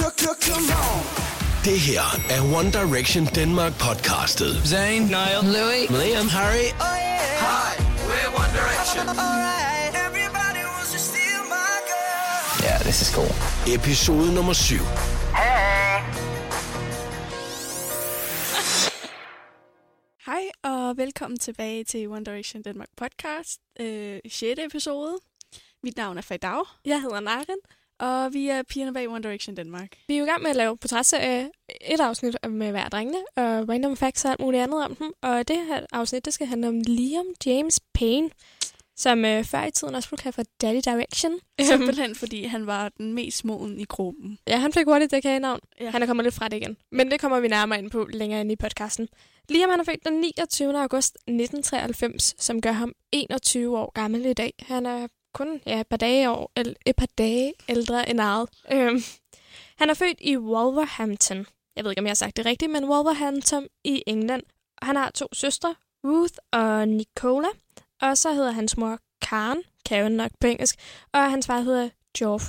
Det her er One Direction Denmark podcastet. Zayn, Niall, Louis, Liam, Harry. Hi, we're One Direction. Yeah, this is cool. Episode nummer 7. Hej og velkommen tilbage til One Direction Denmark podcast, 6. episode. Mit navn er Fejdav. Jeg hedder Naren. Og vi er pigerne bag One Direction Denmark. Vi er jo i gang med at lave portrætserie, et afsnit med hver drengene, og random facts og alt muligt andet om dem. Og det her afsnit, det skal handle om Liam James Payne, som før i tiden også blev kaldt for Daddy Direction. Simpelthen fordi han var den mest moden i gruppen. Ja, han fik hurtigt det kage-navn. Ja. Han er kommet lidt fra det igen. Men det kommer vi nærmere ind på længere ind i podcasten. Liam han er født den 29. august 1993, som gør ham 21 år gammel i dag. Han er kun et par dage ældre end eget. Han er født i Wolverhampton. Jeg ved ikke, om jeg har sagt det rigtigt, men Wolverhampton i England. Han har 2 søstre, Ruth og Nicola. Og så hedder hans mor Karen nok på engelsk. Og hans far hedder Geoff.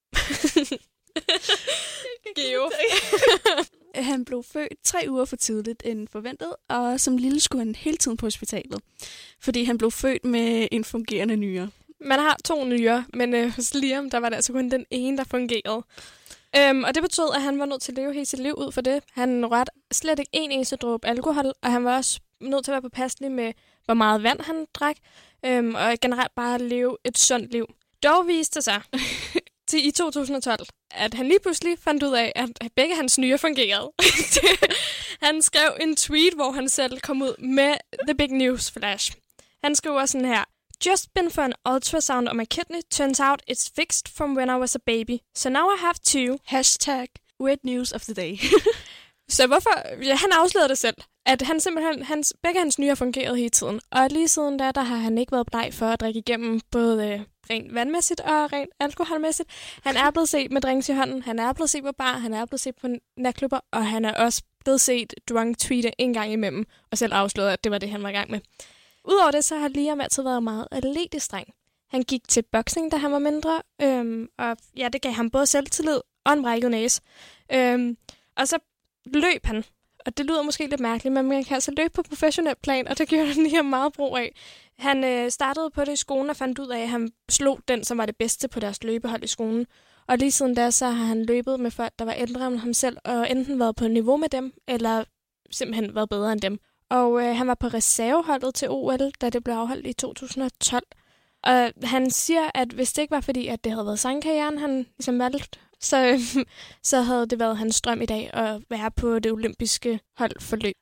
Geoff. Han blev født 3 uger for tidligt end forventet, og som lille skulle han hele tiden på hospitalet. Fordi han blev født med en fungerende nyre. Man har 2 nyrer, men hos Liam, der var det altså kun den ene, der fungerede. Og det betød, at han var nødt til at leve hele sit liv ud for det. Han rørte slet ikke en eneste dråbe alkohol, og han var også nødt til at være påpasselig med, hvor meget vand han drak, og generelt bare leve et sundt liv. Dog viste det sig i 2012, at han lige pludselig fandt ud af, at begge hans nyrer fungerede. Han skrev en tweet, hvor han selv kom ud med The Big News Flash. Han skriver sådan her: Just been for an ultrasound on my kidney. Turns out it's fixed from when I was a baby. So now I have 2. Hashtag weird news of the day. Så hvorfor? Ja, han afslørede det selv, at han simpelthen, begge hans nyrer fungerede hele tiden. Og lige siden der har han ikke været bleg for at drikke igennem både rent vandmæssigt og rent alkoholmæssigt. Han er blevet set med drinks i hånden, han er blevet set på bar, han er blevet set på natklubber, og han er også blevet set drunk tweete en gang imellem, og selv afsløret, at det var det, han var i gang med. Udover det, så har Liam altid været meget atletisk dreng. Han gik til boksning, da han var mindre, og ja, det gav ham både selvtillid og en brækket næse. Og så løb han, og det lyder måske lidt mærkeligt, men man kan altså løbe på professionel plan, og det gjorde han Liam meget brug af. Han startede på det i skolen og fandt ud af, at han slog den, som var det bedste på deres løbehold i skolen. Og lige siden da, så har han løbet med folk, der var ældre end ham selv, og enten været på niveau med dem, eller simpelthen været bedre end dem. Og han var på reserveholdet til OL, da det blev afholdt i 2012. Og han siger, at hvis det ikke var fordi, at det havde været sangkarrieren, han ligesom valgte, så havde det været hans drøm i dag at være på det olympiske hold for løb.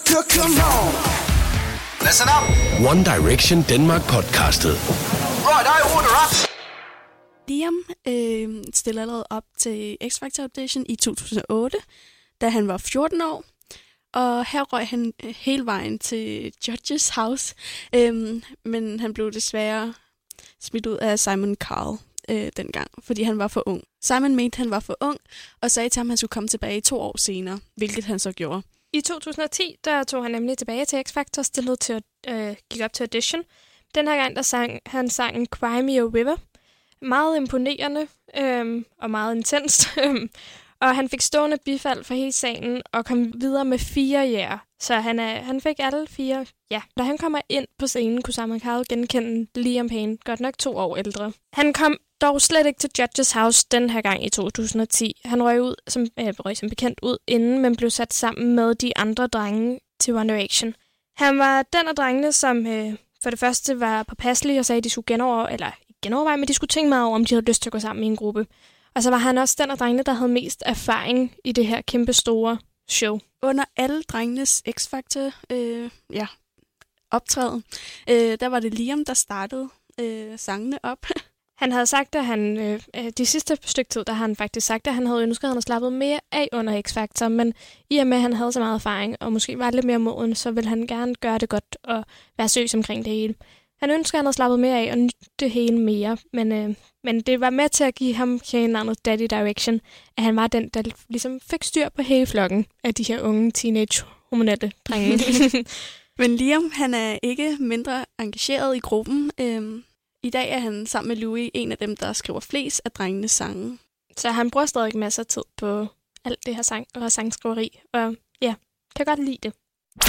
Listen up. One Direction Denmark podcastet. Right, I order up. Liam stillede allerede op til X-Factor Audition i 2008, da han var 14 år. Og her røg han hele vejen til Judges House, men han blev desværre smidt ud af Simon Cowell dengang, fordi han var for ung. Simon mente, han var for ung, og sagde til ham, at han skulle komme tilbage 2 år senere, hvilket han så gjorde. I 2010, der tog han nemlig tilbage til X-Factor, stillet til gik op til audition. Den her gang, der sang han sangen Cry Me a River. Meget imponerende og meget intenst. Og han fik stående bifald for hele salen og kom videre med 4 jæger. Så han fik alle 4 ja. Da han kommer ind på scenen, kunne Simon Cowell genkende Liam Payne, godt nok 2 år ældre. Han kom dog slet ikke til Judges House den her gang i 2010. Han røg som bekendt ud inden, men blev sat sammen med de andre drenge til One Direction. Han var den af drengene, som for det første var påpasselige og sagde, at de skulle genoverveje, men de skulle tænke meget over, om de havde lyst til at gå sammen i en gruppe. Og så var han også den af drengene, der havde mest erfaring i det her kæmpe store show. Under alle drengenes X-Factor optræden, der var det Liam, der startede sangene op. Han havde sagt, at de sidste stykke tid, der har han faktisk sagt, at han havde ønsket, at han havde slappet mere af under X-Factor, men i og med, at han havde så meget erfaring, og måske var lidt mere moden, så ville han gerne gøre det godt og være seriøs omkring det hele. Han ønsker, at han havde slappet mere af og nytte det hele mere, men det var med til at give ham navnet Daddy Direction, at han var den, der ligesom fik styr på hele flokken af de her unge teenage-hormonelle drenge. Men Liam, han er ikke mindre engageret i gruppen. I dag er han sammen med Louis en af dem, der skriver flest af drengenes sange. Så han bruger stadig masser af tid på alt det her sang og sangskriveri. Og ja, kan godt lide det.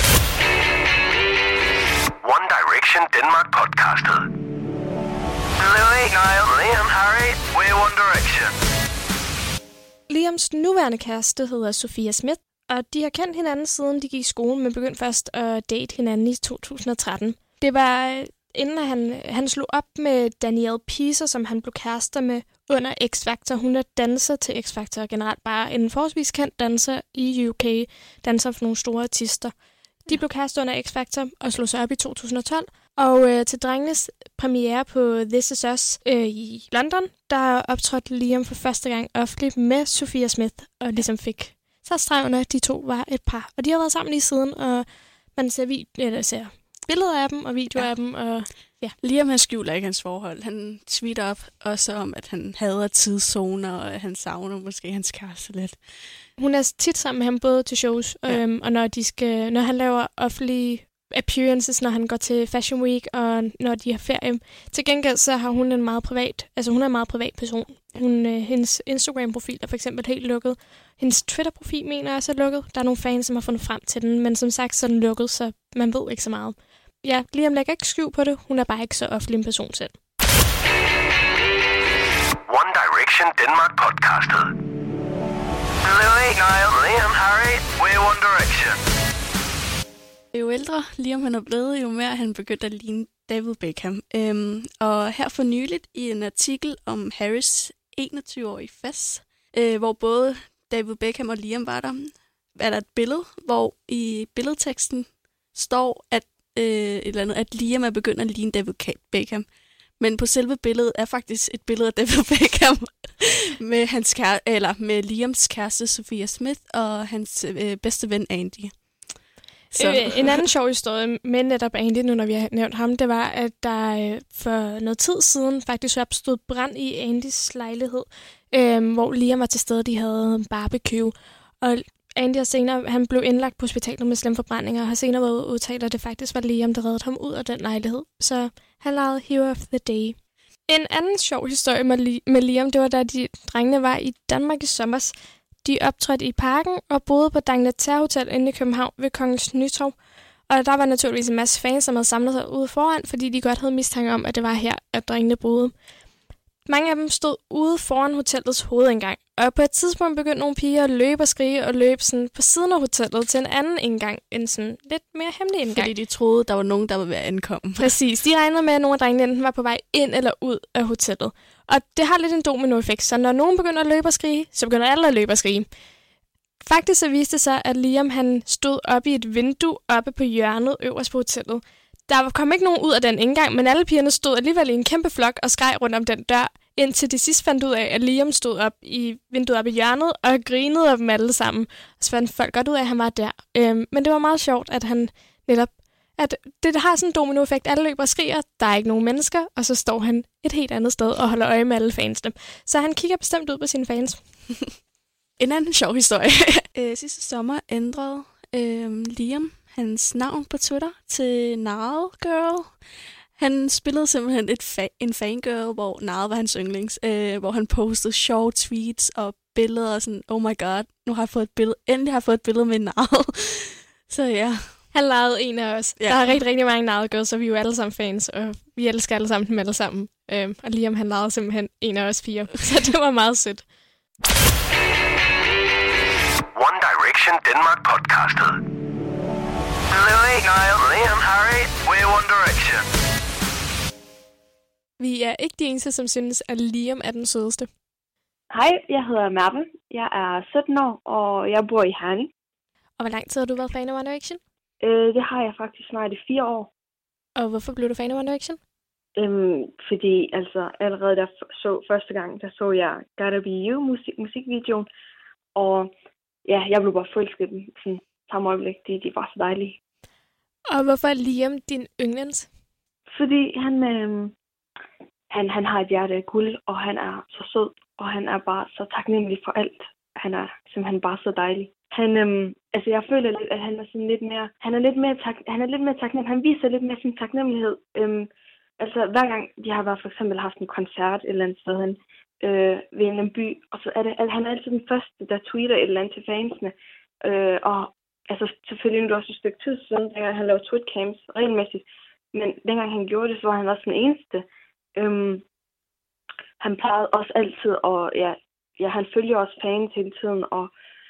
One Direction Denmark podcastet. Louis, Niall, Liam, Harry, we're One Direction. Liams nuværende kæreste hedder Sofia Smith, og de har kendt hinanden siden de gik i skole, men begyndte først at date hinanden i 2013. Det var inden han slog op med Danielle Pieser, som han blev kærester med under X-Factor. Hun er danser til X-Factor, generelt bare en forholdsvis kendt danser i UK, danser for nogle store artister. De blev kærester under X-Factor og slog sig op i 2012. Og til drengenes premiere på This Is Us i London, der optrådte Liam for første gang offentligt med Sofia Smith, og ligesom fik så strevende, at de to var et par. Og de har været sammen lige siden, og man ser billeder af dem og videoer af dem. Og, ja. Liam han skjuler ikke hans forhold. Han tweeter op også om, at han hader tidszoner, og at han savner måske hans kæreste lidt. Hun er tit sammen med ham både til shows, og når han laver offentlige appearances, når han går til Fashion Week, og når de har ferie. Til gengæld så har hun en meget privat person. Hendes Instagram-profil er for eksempel helt lukket. Hendes Twitter-profil mener jeg også er lukket. Der er nogle fans, som har fundet frem til den, men som sagt så er den lukket, så man ved ikke så meget. Ja, Liam lægger ikke skjul på det. Hun er bare ikke så offentlig en person selv. One Direction Denmark podcastet. Louis, Niall, Liam, Harry, we're One Direction. Jo ældre Liam han er blevet, jo mere han begyndte at ligne David Beckham. Og her for nyligt i en artikel om Harrys 21-årige fest, hvor både David Beckham og Liam var der, er der et billede, hvor i billedteksten står, at at Liam er begyndt at ligne David Beckham. Men på selve billedet er faktisk et billede af David Beckham med Liams kæreste Sofia Smith og hans bedste ven Andy. En anden sjov historie med netop Andy, nu når vi har nævnt ham, det var, at der for noget tid siden faktisk opstod brand i Andys lejlighed, hvor Liam var til stede, de havde en barbecue. Og Andy han blev indlagt på hospitalet med slemme forbrændinger, og har senere været udtalt, at det faktisk var Liam, der reddede ham ud af den lejlighed. Så han lavede Hero of the Day. En anden sjov historie med Liam, det var, da drengene var i Danmark i sommer. De optrådte i Parken og boede på D'Angleterre Hotel inde i København ved Kongens Nytorv. Og der var naturligvis en masse fans, som havde samlet sig ude foran, fordi de godt havde mistanke om, at det var her, at drengene boede. Mange af dem stod ude foran hotellets hovedindgang, og på et tidspunkt begyndte nogle piger at løbe og skrige og løbe sådan på siden af hotellet til en anden indgang, en sådan lidt mere hemmelig indgang. Fordi de troede, der var nogen, der var ved at ankomme. Præcis. De regnede med, at nogle af drengene enten var på vej ind eller ud af hotellet. Og det har lidt en dominoeffekt, så når nogen begynder at løbe og skrige, så begynder alle at løbe og skrige. Faktisk så viste det sig, at Liam han stod oppe i et vindue oppe på hjørnet øverst på hotellet. Der kom ikke nogen ud af den indgang, men alle pigerne stod alligevel i en kæmpe flok og skreg rundt om den dør, indtil de sidst fandt ud af, at Liam stod op i vinduet oppe i hjørnet og grinede af dem alle sammen. Og så fandt folk godt ud af, at han var der. Men det var meget sjovt, at han netop at det har sådan en dominoeffekt. Alle løber og skriger, der er ikke nogen mennesker, og så står han et helt andet sted og holder øje med alle fansene. Så han kigger bestemt ud på sine fans. En anden sjov historie. Sidste sommer ændrede Liam hans navn på Twitter til Niall Girl. Han spillede simpelthen en fangirl, hvor Niall var hans yndlings, hvor han postede sjove tweets og billeder og sådan, oh my god, nu har jeg fået et billede, endelig har jeg fået et billede med Niall. Så ja. Han legede en af os. Ja. Der er rigtig, rigtig mange Niall Girls, så vi er jo alle sammen fans, og vi elsker alle sammen dem alle sammen. Og Liam han legede simpelthen en af os 4, så det var meget sødt. One Direction Denmark podcastet. Louis, Niall, Liam, Harry, we're One Direction. Vi er ikke de eneste, som synes, at Liam er den sødeste. Hej, jeg hedder Merve. Jeg er 17 år, og jeg bor i Herning. Og hvor lang tid har du været fan af One Direction? Det har jeg faktisk snart i 4 år. Og hvorfor blev du fan af One Direction? Fordi altså allerede der første gang, der så jeg Gotta Be You musikvideoen. Og ja, jeg blev bare forelsket i dem sådan samme øjeblik. De var så dejlige. Og hvorfor er Liam din yndlings? Fordi han har et hjerte af guld, og han er så sød, og han er bare så taknemmelig for alt. Han er simpelthen bare så dejlig. Altså jeg føler lidt, at han er sådan lidt mere, han er lidt mere taknemmelig. Han viser lidt mere sin taknemmelighed. Altså hver gang de har været for eksempel haft en koncert et eller andet sted hen, ved en by, og så er det, han er altid den første, der tweeter et eller andet til fansene. Og altså selvfølgelig nu er det også et stykke tid siden, da han lavede tweetcams regelmæssigt, men dengang han gjorde det, så var han også den eneste. Han plejede også altid, og han følger også fans hele tiden, og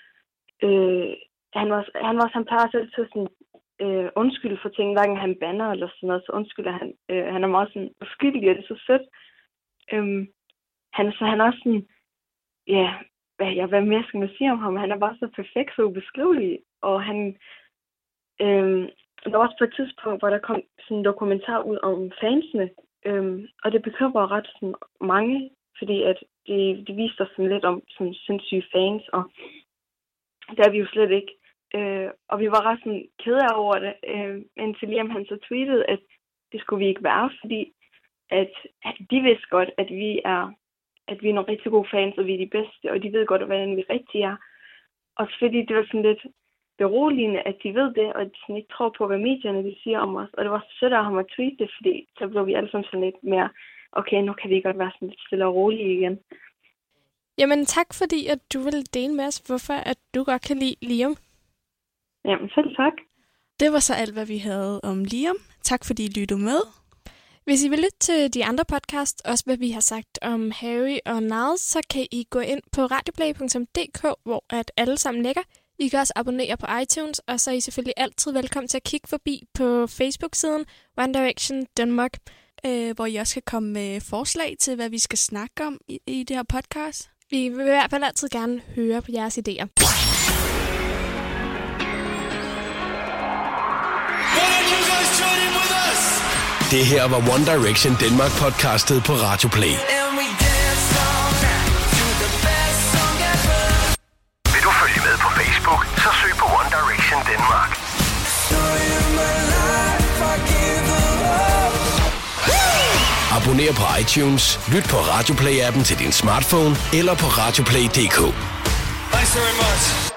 han plejer også altid sådan, undskylde for ting, hverken han banner eller sådan noget, så undskylder han. Han er meget sådan uskyldig, og det er så sødt. Han er også sådan, hvad mere skal man sige om ham? Han er bare så perfekt, så ubeskrivelig, og han, der var også på et tidspunkt, hvor der kom sådan en dokumentar ud om fansene, og det bekymrer ret sådan mange, fordi at de viste os sådan lidt om sådan sindssyge fans, og det er vi jo slet ikke. Og vi var ret sådan kede af over det, indtil Liam han så tweetede, at det skulle vi ikke være, fordi at de vidste godt, at vi er nogle rigtig gode fans, og vi er de bedste, og de ved godt, hvordan vi rigtig er. Og fordi det var sådan lidt beroligende, at de ved det, og at de sådan ikke tror på, hvad medierne de siger om os. Og det var så sødt af ham at tweete det, fordi så blev vi alle sammen sådan lidt mere, okay, nu kan vi godt være sådan lidt stille og rolige igen. Jamen tak, fordi at du ville dele med os, hvorfor at du godt kan lide Liam. Jamen selv tak. Det var så alt, hvad vi havde om Liam. Tak fordi I lyttede med. Hvis I vil lytte til de andre podcast, også hvad vi har sagt om Harry og Niles, så kan I gå ind på radioplay.dk, hvor at alle sammen ligger. I kan også abonnere på iTunes, og så er I selvfølgelig altid velkommen til at kigge forbi på Facebook-siden One Direction Denmark, hvor I også kan komme med forslag til, hvad vi skal snakke om i det her podcast. Vi vil i hvert fald altid gerne høre på jeres idéer. Det her var One Direction Denmark podcastet på Radio Play. Vil du følge med på Facebook, så søg på One Direction Denmark. Abonner på iTunes, lyt på Radio Play-appen til din smartphone eller på radioplay.dk. Thanks very much.